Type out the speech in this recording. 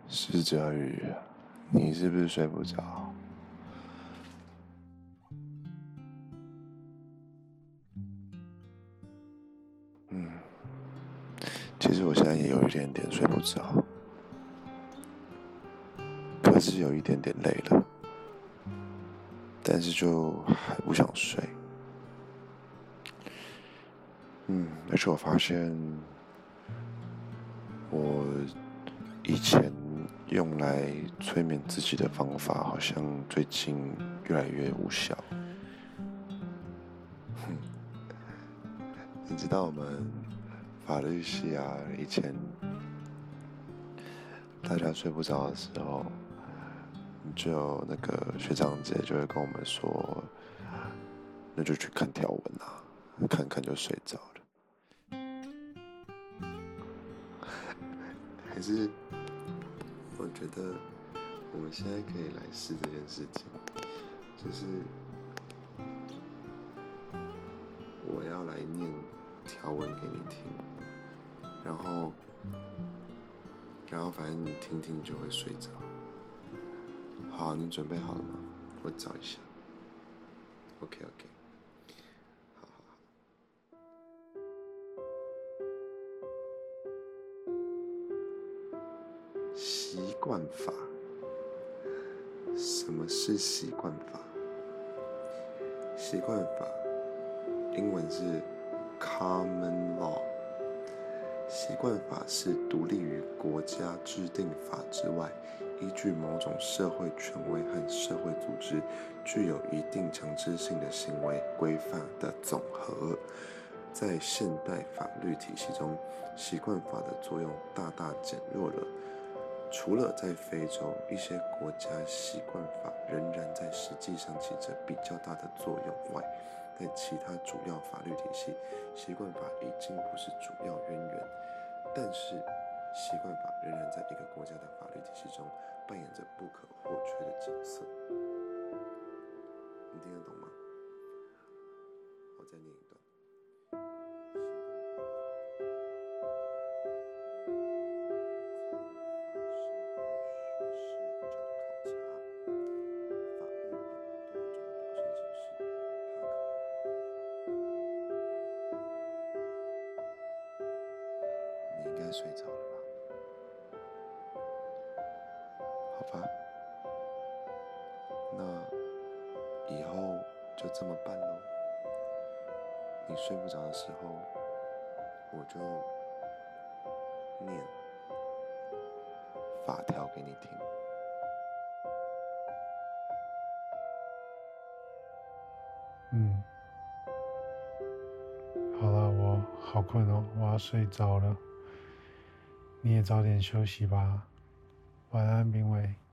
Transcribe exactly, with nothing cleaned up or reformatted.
是哲宇，你是不是睡不着？嗯，其实我现在也有一点点睡不着，可是有一点点累了，但是就还不想睡。嗯，而且我发现我以前用来催眠自己的方法，好像最近越来越无效。你知道我们法律系啊，以前大家睡不着的时候，就那个学长姐就会跟我们说，那就去看条文啊，看看就睡着了。还是我觉得我们现在可以来试这件事情，就是我要来念条文给你听，然后，然后反正你听听就会睡着。好，你准备好了吗？我找一下。OK OK。好好好。习惯法。什么是习惯法？习惯法，英文是 Common Law。习惯法是独立于国家制定法之外，依据某种社会权威和社会组织具有一定强制性的行为规范的总和。在现代法律体系中，习惯法的作用大大减弱了。除了在非洲一些国家，习惯法仍然在实际上起着比较大的作用外，在其他主要法律体系，习惯法已经不是主要渊源。但是，习惯法仍然在一个国家的法律体系中扮演着不可或缺的角色。你听得懂吗？我再念一段。你应该睡着了吧？好吧，那以后就这么办咯。你睡不着的时候，我就念法条给你听。 嗯，好了，我好困哦，我要睡着了。你也早点休息吧，晚安，冰伟。